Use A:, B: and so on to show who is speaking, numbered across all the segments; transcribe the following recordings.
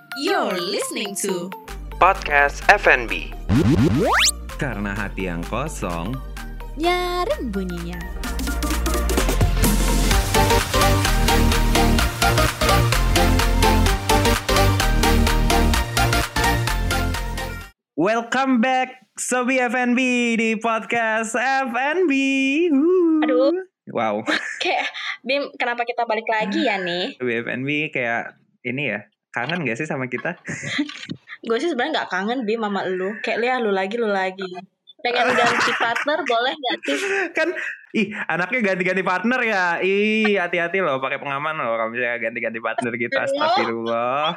A: You're listening to
B: Podcast FNB.
C: Karena hati yang kosong,
A: Nyaring bunyinya.
C: welcome back Sobi FNB di Podcast FNB.
D: Aduh.
C: Wow.
D: Kayak, Bim, kenapa kita balik lagi ya nih?
C: Sobi FNB kayak ini ya, kangen gak sih sama kita?
D: Gue sih sebenarnya gak kangen, Bim, sama lu. Kayak lihat lu lagi. Pengen ganti partner boleh gak sih?
C: Kan, anaknya ganti-ganti partner ya. Hati-hati loh, pakai pengaman loh kalau misalnya ganti-ganti partner gitu. Astagfirullah.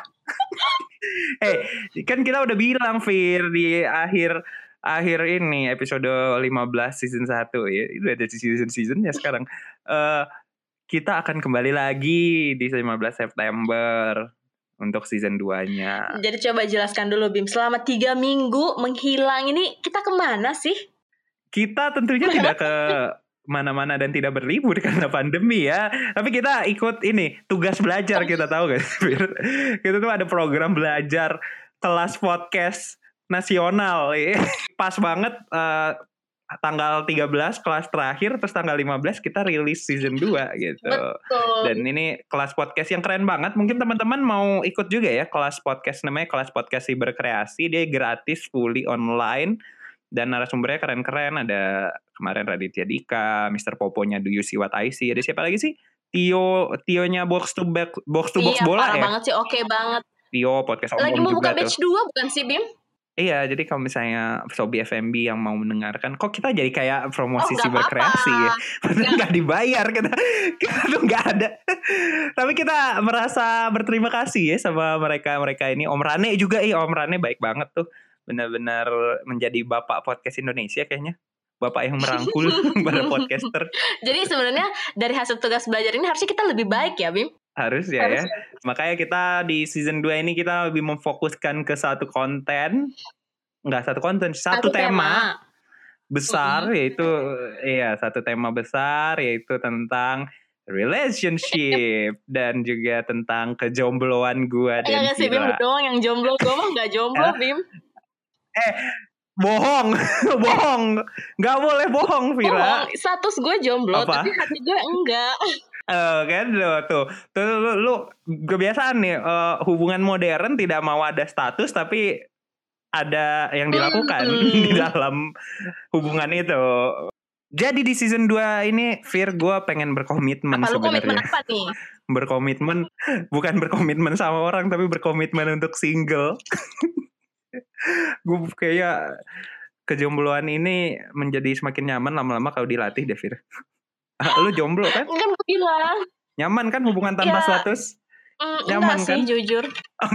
C: Kan kita udah bilang Fir di akhir ini episode 15 season 1 ya. Itu ada season ya sekarang. Kita akan kembali lagi di 15 September untuk season 2-nya.
D: Jadi coba jelaskan dulu, Bim. Selama 3 minggu menghilang ini kita kemana sih?
C: Kita tentunya tidak ke mana-mana dan tidak berlibur karena pandemi ya. Tapi kita ikut ini tugas belajar, kita tahu gak sih? Kita tuh ada program belajar kelas podcast nasional. Pas banget tanggal 13 kelas terakhir, terus tanggal 15 kita rilis season 2 gitu.
D: Betul.
C: Dan ini kelas podcast yang keren banget. Mungkin teman-teman mau ikut juga ya kelas podcast, namanya kelas podcast Siberkreasi. Dia gratis, fully online. Dan narasumbernya keren-keren. Ada kemarin Raditya Dika, Mr. Poponya Do You See What I See. Ada siapa lagi sih? Tio-nya Box to Box Bola
D: parah
C: ya?
D: banget sih, oke banget.
C: Tio podcast
D: Lagi
C: Om
D: mau
C: juga
D: buka batch 2 bukan sih, Bim?
C: Iya, jadi kalau misalnya Sobi FMB yang mau mendengarkan, kok kita jadi kayak promosi
D: nggak
C: Siberkreasi ya? Padahal nggak dibayar, kita tuh nggak ada. Tapi kita merasa berterima kasih ya sama mereka ini. Om Rane juga, Om Rane baik banget tuh. Benar-benar menjadi bapak podcast Indonesia kayaknya. Bapak yang merangkul para podcaster.
D: Jadi sebenarnya dari hasil tugas belajar ini harusnya kita lebih baik ya, Bim?
C: Harus ya. Makanya kita di season 2 ini kita lebih memfokuskan ke satu konten. Satu tema besar, yaitu satu tema besar yaitu tentang relationship dan juga tentang kejombloan gua dan
D: Enggak sih, Bim, doang yang jomblo. Gue mah gak jomblo, Bim.
C: Bohong. Gak boleh bohong, Vira.
D: Status gue jomblo,
C: apa?
D: tapi hati gue enggak.
C: Kan tuh lu kebiasaan nih, hubungan modern tidak mau ada status tapi ada yang dilakukan di dalam hubungan itu. Jadi di season 2 ini Fir, gue pengen berkomitmen sebenarnya.
D: Komitmen apa nih?
C: Berkomitmen, bukan berkomitmen sama orang tapi berkomitmen untuk single. Gue kayak kejombloan ini menjadi semakin nyaman lama-lama kalau dilatih deh, Fir. Lu jomblo kan?
D: Kan gue bilang.
C: Nyaman kan hubungan tanpa status? Nyaman
D: enggak
C: kan?
D: sih, jujur.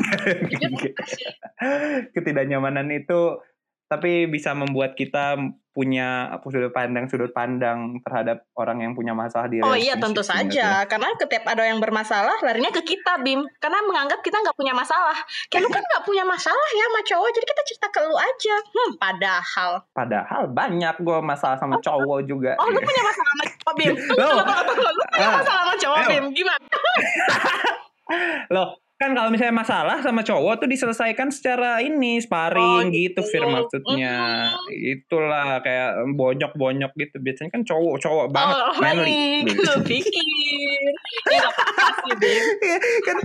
C: Ketidaknyamanan itu tapi bisa membuat kita punya sudut pandang terhadap orang yang punya masalah di relationship.
D: Oh iya, tentu saja. Karena setiap ada yang bermasalah, larinya ke kita, Bim. Karena menganggap kita nggak punya masalah. Kayak lu kan nggak punya masalah ya sama cowok, jadi kita cerita ke lu aja. Padahal
C: banyak gue masalah sama cowok juga.
D: Oh, lu punya masalah sama cowok, Bim? Lu punya masalah sama cowok, Bim? Gimana?
C: Loh, kan kalau misalnya masalah sama cowok tuh diselesaikan secara sparring gitu, Fir, maksudnya. Itulah kayak bonyok-bonyok gitu. Biasanya kan cowok banget, manly.
D: Lu pikir. Ya gak apa-apa sih, Bim.
C: Kan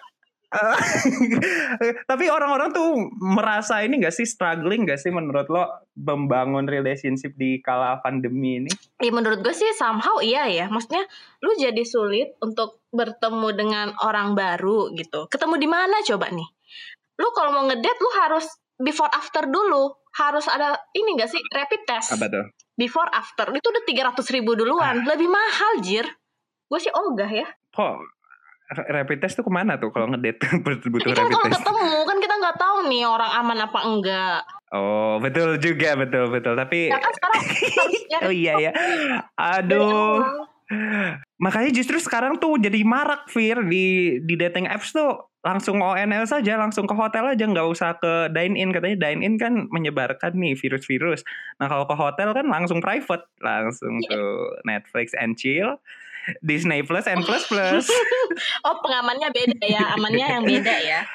C: tapi orang-orang tuh merasa ini gak sih, struggling gak sih menurut lo membangun relationship di kala pandemi ini?
D: Ya menurut gue sih somehow iya ya. Maksudnya lu jadi sulit untuk bertemu dengan orang baru gitu. Ketemu di mana coba nih? Lu kalau mau ngedate lu harus before after dulu. Harus ada ini gak sih, rapid test.
C: Apa tuh?
D: Before after itu udah 300.000 duluan. Lebih mahal, Jir. Gue sih ogah ya.
C: Kok rapid test tuh kemana tuh kalau ngedate butuh
D: kan
C: rapid
D: kalau
C: test?
D: ketemu kan kita nggak tahu nih orang aman apa enggak.
C: Oh betul juga, betul. Tapi
D: ya kan sekarang
C: oh iya ya. Aduh. Makanya justru sekarang tuh jadi marak, Fir, di dating apps tuh langsung ONL saja, langsung ke hotel aja, nggak usah ke dine in. Katanya dine in kan menyebarkan nih virus-virus. Nah kalau ke hotel kan langsung private, langsung tuh Netflix and chill, Disney Plus and plus.
D: Oh pengamannya beda ya, amannya yang beda ya.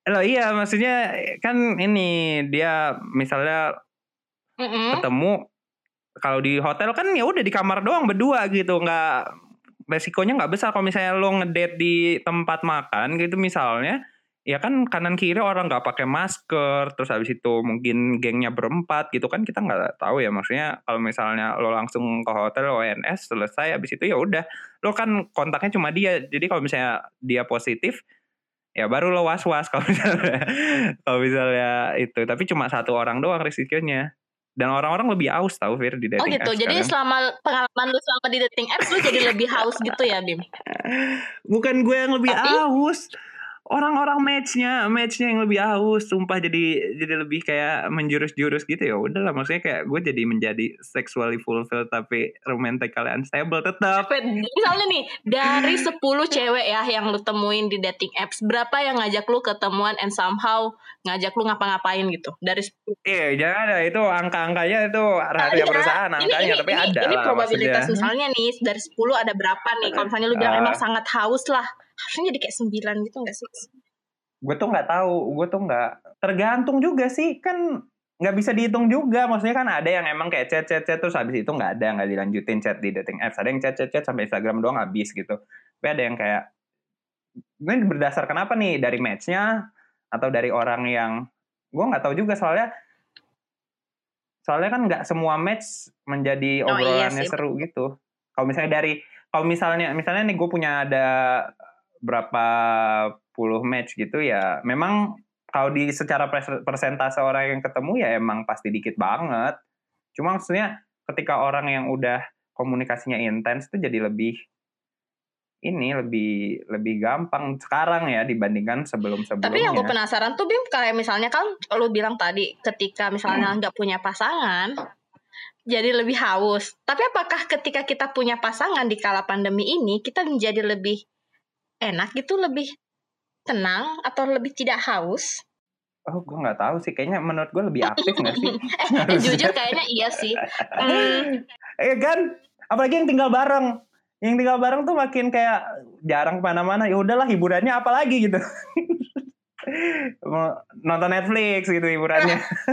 C: Loh iya, maksudnya kan ini dia misalnya ketemu kalau di hotel kan ya udah di kamar doang berdua gitu, nggak resikonya nggak besar. Kalau misalnya lo ngedate di tempat makan gitu misalnya, ya kan kanan kiri orang nggak pakai masker, terus habis itu mungkin gengnya berempat gitu kan, kita nggak tahu ya. Maksudnya kalau misalnya lo langsung ke hotel ONS selesai, habis itu ya udah lo kan kontaknya cuma dia. Jadi kalau misalnya dia positif ya baru lo was-was kalau misalnya itu. Tapi cuma satu orang doang risikonya. Dan orang-orang lebih haus tahu Fir di dating
D: gitu.
C: apps
D: Jadi
C: sekarang.
D: selama pengalaman lu selama di dating apps lu jadi lebih haus gitu ya, Bim?
C: Bukan gue yang lebih
D: Tapi?
C: haus. Orang-orang matchnya yang lebih haus, sumpah jadi lebih kayak menjurus-jurus gitu. Ya udahlah, maksudnya kayak gue jadi menjadi sexually fulfilled tapi romantically unstable tetap.
D: Misalnya nih, dari 10 cewek ya yang lu temuin di dating apps, berapa yang ngajak lu ketemuan and somehow ngajak lu ngapa-ngapain gitu? Dari 10.
C: Jangan ada itu angka-angkanya itu rahasia perusahaan angkanya, tapi ada
D: ini
C: lah
D: probabilitas
C: maksudnya.
D: misalnya nih dari 10 ada berapa nih? Kalau misalnya lu bilang emang sangat haus lah, harusnya jadi kayak 9 gitu gak sih?
C: Gue tuh nggak tahu, gue tuh nggak, tergantung juga sih, kan nggak bisa dihitung juga. Maksudnya kan ada yang emang kayak chat terus habis itu nggak dilanjutin chat di dating apps. Ada yang chat sampai Instagram doang habis gitu. Tapi ada yang kayak, ini berdasar kenapa nih, dari matchnya atau dari orang yang, gue nggak tahu juga soalnya kan nggak semua match menjadi obrolannya seru gitu. Kalau misalnya nih gue punya ada berapa puluh match gitu ya, memang kalau di secara persentase orang yang ketemu ya emang pasti dikit banget. Cuma maksudnya ketika orang yang udah komunikasinya intens itu jadi lebih gampang sekarang ya dibandingkan sebelum-sebelumnya.
D: Tapi yang gue penasaran tuh Bim, kayak misalnya kan lu bilang tadi ketika misalnya nggak punya pasangan jadi lebih haus. Tapi apakah ketika kita punya pasangan di kala pandemi ini kita menjadi lebih enak gitu, lebih tenang atau lebih tidak haus?
C: Oh, gue nggak tahu sih. Kayaknya menurut gue lebih aktif nggak sih?
D: Jujur kayaknya iya sih.
C: Kan, apalagi yang tinggal bareng. Yang tinggal bareng tuh makin kayak jarang kemana-mana. Ya udahlah, hiburannya apa lagi gitu. Nonton Netflix gitu hiburannya.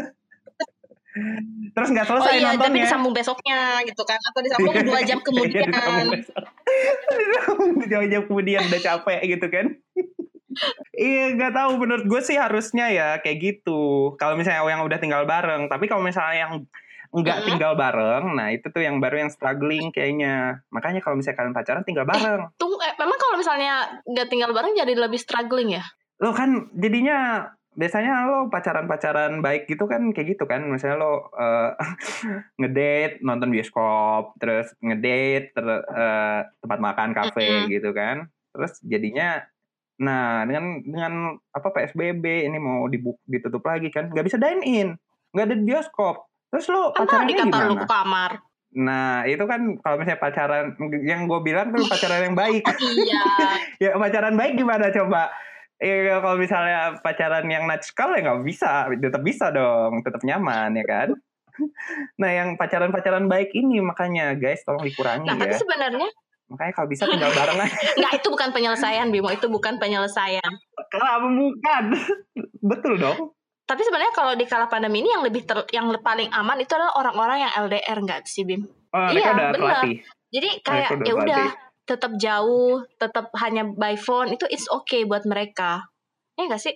C: Terus nggak selesai nontonnya.
D: Tapi disambung besoknya gitu kan, atau disambung 2 jam kemudian.
C: Disambung 2 jam kemudian udah capek gitu kan. Iya, nggak tahu, menurut gue sih harusnya ya kayak gitu. Kalau misalnya yang udah tinggal bareng, tapi kalau misalnya yang nggak tinggal bareng, nah itu tuh yang baru yang struggling kayaknya. Makanya kalau misalnya kalian pacaran tinggal bareng.
D: Memang kalau misalnya nggak tinggal bareng jadi lebih struggling ya?
C: Lo kan jadinya biasanya lo pacaran baik gitu kan kayak gitu kan. Misalnya lo ngedate, nonton bioskop, terus ngedate, tempat makan, kafe gitu kan. Terus jadinya, nah dengan apa PSBB ini mau ditutup lagi kan, nggak bisa dine in, nggak ada bioskop. Terus lo pacarannya gimana?
D: Lu ke kamar.
C: Nah itu kan kalau misalnya pacaran yang gue bilang tuh pacaran yang baik.
D: Iya.
C: Ya pacaran baik gimana coba? Ya kalau misalnya pacaran yang natskal ya nggak bisa, tetap bisa dong, tetap nyaman ya kan. Nah yang pacaran baik ini makanya guys tolong dikurangi ya.
D: Tapi sebenarnya
C: makanya kalau bisa tinggal bareng aja.
D: Nggak, itu bukan penyelesaian Bimo, itu bukan penyelesaian.
C: Kenapa bukan? Betul dong.
D: Tapi sebenarnya kalau di kala pandemi ini yang paling aman itu adalah orang-orang yang LDR, nggak sih Bim?
C: Iya benar.
D: Jadi kayak ya udah tetap jauh, tetap hanya by phone, itu it's okay buat mereka. Ya nggak sih?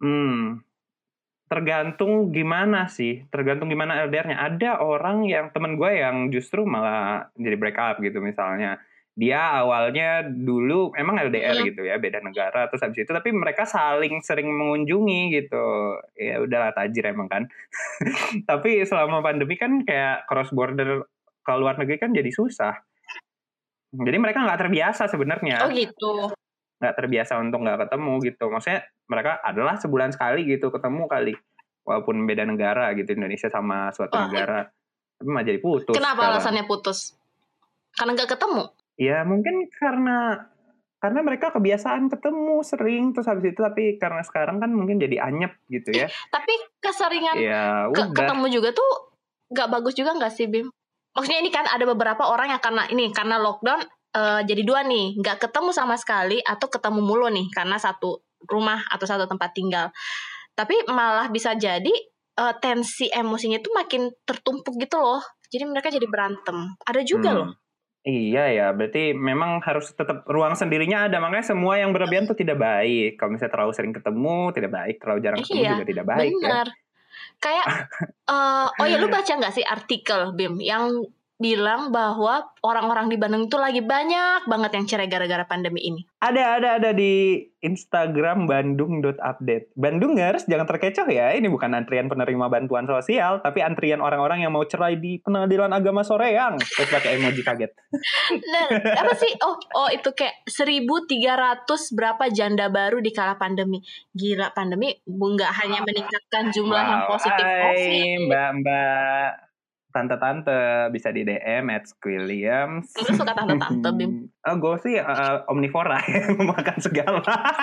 C: Tergantung gimana LDR-nya. Ada orang yang temen gue yang justru malah jadi break up gitu misalnya. Dia awalnya dulu emang LDR gitu ya, beda negara, terus habis itu tapi mereka saling sering mengunjungi gitu. Ya udahlah tajir emang kan. Tapi selama pandemi kan kayak cross border ke luar negeri kan jadi susah. Jadi mereka nggak terbiasa sebenarnya.
D: Oh gitu.
C: Nggak terbiasa untuk nggak ketemu gitu. Maksudnya mereka adalah sebulan sekali gitu ketemu kali. Walaupun beda negara gitu, Indonesia sama suatu negara. Tapi malah jadi putus.
D: Kenapa alasannya putus? Karena nggak ketemu?
C: Ya mungkin karena mereka kebiasaan ketemu sering terus habis itu, tapi karena sekarang kan mungkin jadi anyep gitu ya.
D: Tapi keseringan ketemu juga tuh nggak bagus juga nggak sih Bim? Maksudnya ini kan ada beberapa orang yang karena lockdown jadi 2 nih, nggak ketemu sama sekali atau ketemu mulu nih karena satu rumah atau satu tempat tinggal. Tapi malah bisa jadi tensi emosinya itu makin tertumpuk gitu loh. Jadi mereka jadi berantem. Ada juga loh.
C: Iya ya, berarti memang harus tetap ruang sendirinya ada. Makanya semua yang berlebihan tuh tidak baik. Kalau misalnya terlalu sering ketemu, tidak baik. Terlalu jarang ketemu juga tidak baik.
D: Bener. Kayak, oh ya lu baca nggak sih artikel Bim yang bilang bahwa orang-orang di Bandung itu lagi banyak banget yang cerai gara-gara pandemi ini.
C: Ada di Instagram bandung.update. Bandungers jangan terkecoh ya, ini bukan antrian penerima bantuan sosial, tapi antrian orang-orang yang mau cerai di Pengadilan Agama Soreang. Terus pakai emoji kaget.
D: Nah, apa sih? Oh itu kayak 1.300 berapa janda baru di kala pandemi. Gila, pandemi nggak hanya meningkatkan jumlah yang positif.
C: Mbak. Tante-tante bisa di DM @Squilliams.
D: Lu suka tante-tante, Bim?
C: Gue sih omnivora yang makan segala.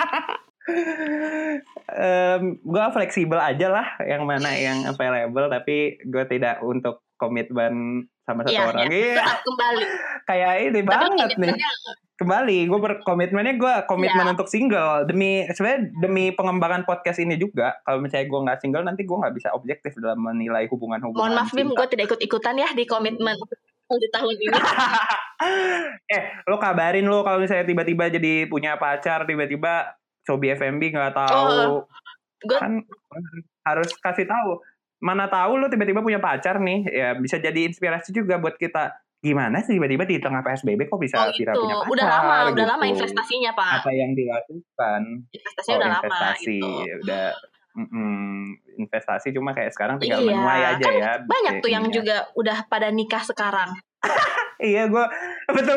C: Gue fleksibel aja lah, yang mana yang available, tapi gue tidak untuk komitmen sama satu orang.
D: Iya, tetap kembali.
C: Kayak ini tapi banget nih. Kembali, gue komitmen untuk single sebenarnya demi pengembangan podcast ini juga. Kalau misalnya gue nggak single, nanti gue nggak bisa objektif dalam menilai hubungan-hubungan.
D: Mohon maaf Bim, gue tidak ikut-ikutan ya di komitmen di tahun ini.
C: Lo kabarin lo kalau misalnya tiba-tiba jadi punya pacar, tiba-tiba Sobi FMB nggak tahu, kan harus kasih tahu. Mana tahu lo tiba-tiba punya pacar nih, ya bisa jadi inspirasi juga buat kita. Gimana sih tiba-tiba di tengah PSBB kok bisa Vira punya pacar?
D: Udah lama investasinya Pak.
C: Apa yang dilakukan?
D: Investasinya udah
C: investasi,
D: lama gitu.
C: Udah investasi, cuma kayak sekarang tinggal menuai aja
D: kan
C: ya.
D: Banyak tuh yang juga udah pada nikah sekarang.
C: Iya, gue betul.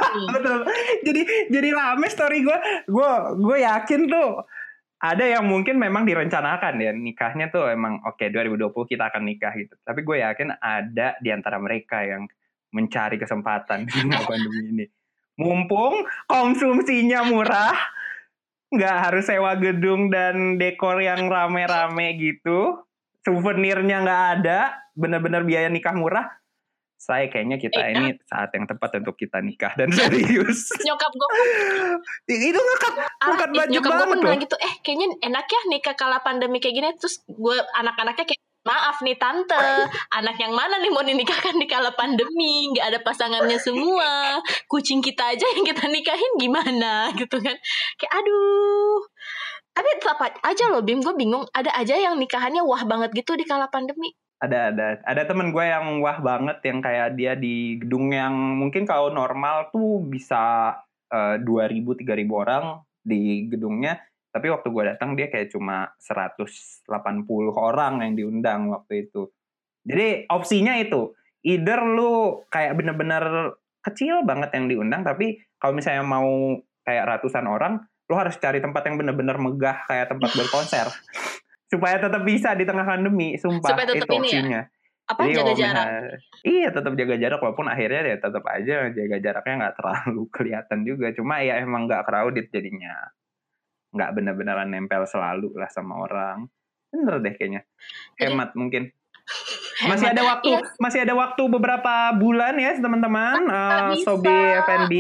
C: Jadi rame story gue. Gue yakin tuh ada yang mungkin memang direncanakan ya nikahnya tuh emang 2020 kita akan nikah gitu. Tapi gue yakin ada di antara mereka yang mencari kesempatan di tengah pandemi ini. Mumpung konsumsinya murah, nggak harus sewa gedung dan dekor yang rame-rame gitu, souvenirnya nggak ada, benar-benar biaya nikah murah. Saya kayaknya kita ini saat yang tepat untuk kita nikah dan serius.
D: Nyokap gue
C: itu ngekat budget
D: nyokap
C: banget
D: gue bilang gitu, kayaknya enak ya nikah kala pandemi kayak gini. Terus gue anak-anaknya kayak, maaf nih tante, anak yang mana nih mau dinikahkan di kala pandemi, nggak ada pasangannya semua, kucing kita aja yang kita nikahin gimana gitu kan. Kayak aduh. Tapi tetap aja loh Bim, gue bingung, ada aja yang nikahannya wah banget gitu di kala pandemi.
C: Ada temen gue yang wah banget, yang kayak dia di gedung yang mungkin kalau normal tuh bisa 2.000-3.000 orang di gedungnya. Tapi waktu gue datang dia kayak cuma 180 orang yang diundang waktu itu. Jadi opsinya itu, either lu kayak bener-bener kecil banget yang diundang, tapi kalau misalnya mau kayak ratusan orang, lu harus cari tempat yang bener-bener megah kayak tempat berkonser. Supaya tetap bisa di tengah pandemi, sumpah itu opsinya.
D: Ya? Apa jadi, jaga jarak?
C: Iya, tetap jaga jarak, walaupun akhirnya ya tetap aja jaga jaraknya nggak terlalu kelihatan juga. Cuma ya emang nggak crowded jadinya. Nggak benar-benaran nempel selalu lah sama orang. Bener deh kayaknya. Hemat mungkin. Masih ada waktu beberapa bulan ya teman-teman. Sobi FNB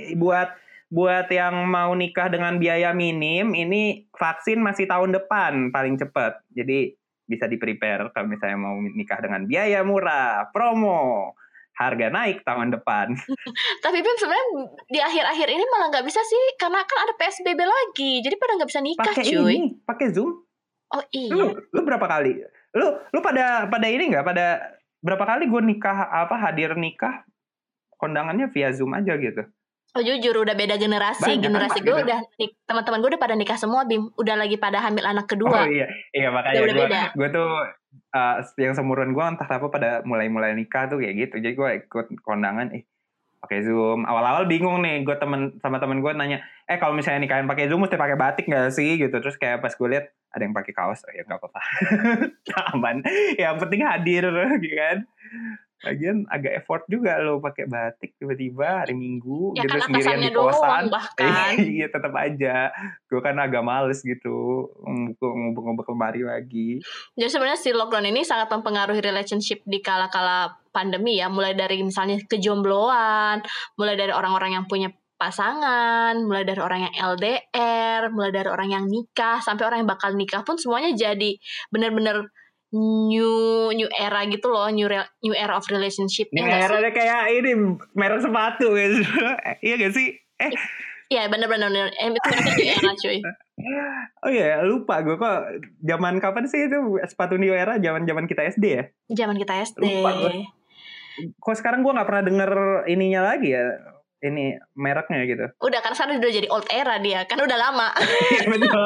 C: buat yang mau nikah dengan biaya minim, ini vaksin masih tahun depan paling cepat. Jadi bisa di-prepare kalau misalnya mau nikah dengan biaya murah, promo. Harga naik tahun depan.
D: Tapi Bim sebenarnya di akhir-akhir ini malah nggak bisa sih, karena kan ada PSBB lagi, jadi pada nggak bisa nikah cuy.
C: Pakai Zoom.
D: Oh iya.
C: Lu berapa kali? Lu pada ini nggak? Pada berapa kali gue hadir nikah kondangannya via Zoom aja gitu.
D: Oh jujur udah beda generasi.
C: Banyak,
D: generasi gue udah teman-teman gue udah pada nikah semua Bim, udah lagi pada hamil anak kedua.
C: Oh iya makanya gue tuh yang seumuran gue entah apa pada mulai nikah tuh kayak gitu. Jadi gue ikut kondangan pakai Zoom. Awal-awal bingung nih, gue sama temen gue nanya, kalau misalnya nikahin pakai Zoom mesti pakai batik nggak sih gitu. Terus kayak pas gue lihat ada yang pakai kaos, ya nggak apa-apa, aman. Yang penting hadir gitu kan. Lagian agak effort juga lo pakai batik tiba-tiba hari Minggu
D: ya
C: gitu
D: kan,
C: sendirian di kosan.
D: Bahkan.
C: Iya tetap aja. Gue kan agak males gitu ngubek lemari lagi.
D: Jadi sebenarnya si lockdown ini sangat mempengaruhi relationship di kala-kala pandemi ya. Mulai dari misalnya kejombloan, mulai dari orang-orang yang punya pasangan, mulai dari orang yang LDR, mulai dari orang yang nikah, sampai orang yang bakal nikah pun semuanya jadi benar-benar new era gitu loh, new era of relationship.
C: Ini era kayak ini merek sepatu guys. Iya gak sih?
D: Iya benar-benar itu mereka new era cuy.
C: Oh iya, lupa gue kok zaman kapan sih itu sepatu new era, zaman kita SD ya?
D: Zaman kita SD.
C: Lupa gue. Kok sekarang gue nggak pernah denger ininya lagi ya, ini mereknya gitu.
D: Udah kan sekarang udah jadi old era dia, kan udah lama.
C: Iya betul.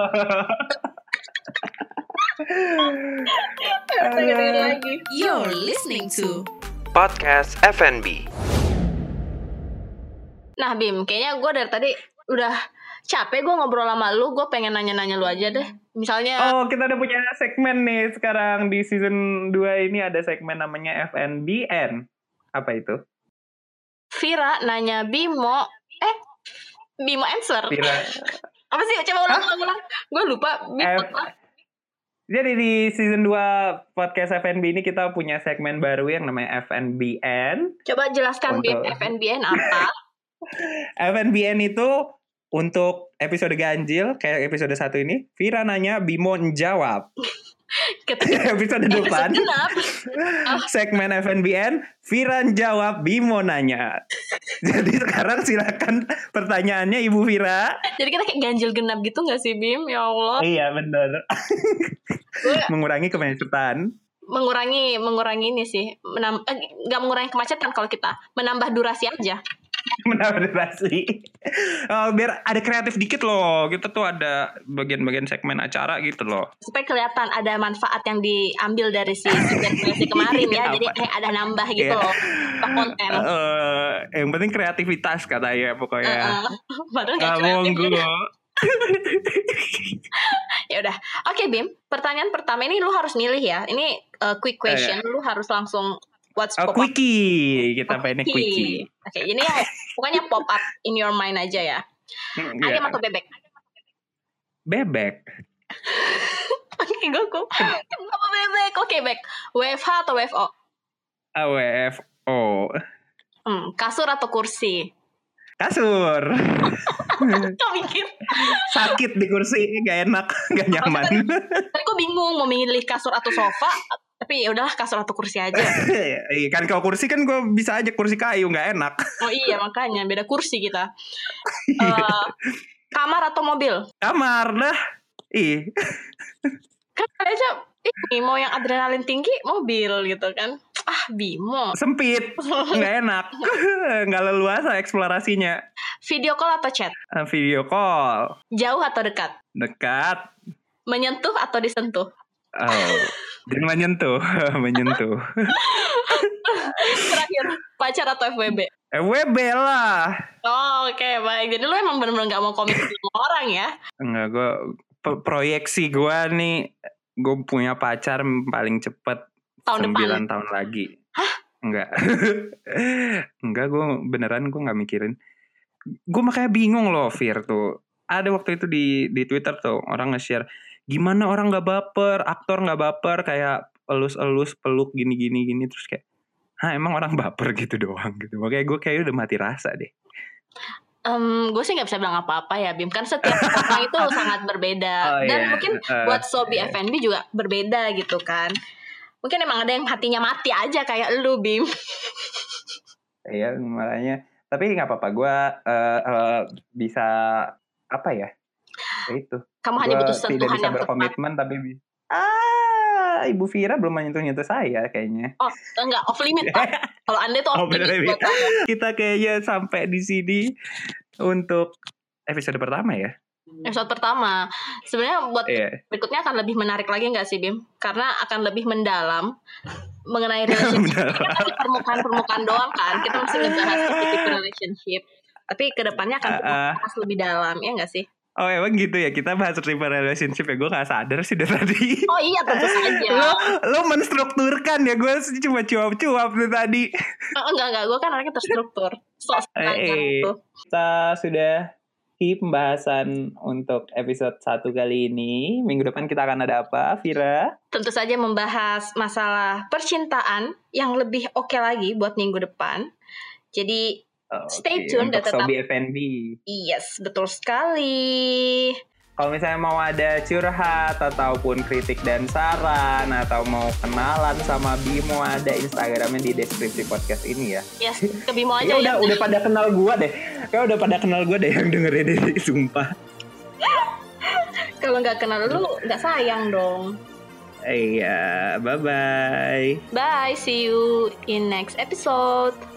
D: lagi.
A: You're listening to
B: Podcast FNB.
D: Nah Bim, kayaknya gue dari tadi udah capek gue ngobrol sama lu, gue pengen nanya-nanya lu aja deh. Misalnya
C: kita udah punya segmen nih sekarang di season 2 ini, ada segmen namanya FNBN. Apa itu?
D: Vira nanya Bimo answer.
C: Vira.
D: Apa sih? Coba ulang. Gue lupa.
C: Jadi di season 2 podcast FNB ini kita punya segmen baru yang namanya FNBN.
D: Coba jelaskan Bim, FNBN apa?
C: FNBN itu untuk episode ganjil kayak episode 1 ini, Vira nanya, Bimo jawab. Episode depan segmen FNBN, Vira jawab, Bimo nanya. Jadi sekarang silakan pertanyaannya Ibu Vira.
D: Jadi kita kayak ganjil genap gitu gak sih Bim? Ya Allah.
C: Iya benar. Mengurangi kemacetan.
D: Mengurangi ini sih. Gak mengurangi kemacetan kalau kita. Menambah durasi aja.
C: Menambah durasi. Biar ada kreatif dikit loh. Kita tuh ada bagian-bagian segmen acara gitu loh.
D: Supaya kelihatan ada manfaat yang diambil dari si kemarin ya. Jadi kayak ada nambah gitu loh. Konten.
C: Yang penting kreativitas katanya pokoknya.
D: Padahal gak kreatif. Ya udah. Oke Bim, pertanyaan pertama ini lu harus milih ya. Ini quick question, lu harus langsung what's pop up.
C: Quickie, kita pengen quickie.
D: Oke, ini pokoknya pop up in your mind aja ya. Ayam atau bebek?
C: Bebek.
D: Oke, gue apa bebek? Oke, bebek. WFH atau WFO?
C: WFO.
D: Kasur atau kursi?
C: Kasur.
D: Kau mikir
C: sakit di kursi, gak enak, gak nyaman.
D: Tadi gue bingung mau milih kasur atau sofa, tapi ya udahlah kasur atau kursi aja.
C: Iya kan, kalau kursi kan gue bisa aja kursi kayu, gak enak.
D: Oh iya, makanya beda kursi kita. Kamar atau mobil?
C: Kamar dah.
D: Kan aja ini mau yang adrenalin tinggi mobil gitu kan. Bimo
C: sempit, nggak enak, nggak leluasa eksplorasinya.
D: Video call atau chat?
C: Video call.
D: Jauh atau dekat?
C: Dekat.
D: Menyentuh atau disentuh?
C: Jangan menyentuh.
D: Terakhir, pacar atau FWB?
C: FWB lah.
D: Oke, baik. Jadi lu emang bener-bener gak mau komit sama orang ya?
C: Enggak, gue proyeksi gue nih, gue punya pacar paling cepet
D: tahun
C: 9
D: depan.
C: tahun lagi.
D: Hah?
C: Enggak, gue beneran gue nggak mikirin. Gue makanya bingung loh, Fir tuh. Ada waktu itu di Twitter tuh orang nge-share gimana orang nggak baper, aktor nggak baper, kayak elus-elus peluk gini terus kayak, emang orang baper gitu doang gitu. Makanya gue kayak udah mati rasa deh.
D: Gue sih nggak bisa bilang apa-apa ya Bim, kan setiap orang itu sangat berbeda. Dan mungkin buat Sobi FNB juga berbeda gitu kan. Mungkin emang ada yang hatinya mati aja kayak lu Bim.
C: Iya makanya. Tapi nggak apa-apa, gue bisa apa ya? Itu.
D: Kamu hanya butuh sentuhan
C: tidak bisa
D: yang
C: berkomitmen tepat. Tapi Ibu Vira belum menyentuh saya kayaknya.
D: Oh enggak, off limit Pak. Kalau Anda tuh off limit buat kamu.
C: Kita kayaknya sampai di sini untuk episode pertama ya.
D: Episode pertama. Sebenarnya buat berikutnya akan lebih menarik lagi nggak sih Bim? Karena akan lebih mendalam mengenai relationship. Kita masih permukaan doang kan. Kita masih ngebahas topik relationship. Tapi kedepannya akan bahas lebih dalam, ya nggak sih?
C: Oh emang gitu ya, kita bahas relationship ya. Gue gak sadar sih dari tadi.
D: Oh iya tentu saja.
C: Lo menstrukturkan ya, gue cuma cuap-cuap tuh tadi.
D: Enggak, gue kan anaknya terstruktur.
C: Kita sudah pembahasan untuk episode 1 kali ini. Minggu depan kita akan ada apa, Vira?
D: Tentu saja membahas masalah percintaan yang lebih oke lagi buat minggu depan. Jadi Stay
C: Oke,
D: tune dan
C: untuk
D: tetap.
C: Sobi FNB.
D: Yes, betul sekali.
C: Kalau misalnya mau ada curhat ataupun kritik dan saran atau mau kenalan sama Bimo, ada Instagramnya di deskripsi podcast ini ya.
D: Yes, ke Bimo aja
C: Ya udah pada kenal gua deh. Kayak udah pada kenal gua deh yang dengerin ini, sumpah.
D: Kalau nggak kenal lu nggak sayang dong.
C: Iya, bye-bye.
D: Bye, see you in next episode.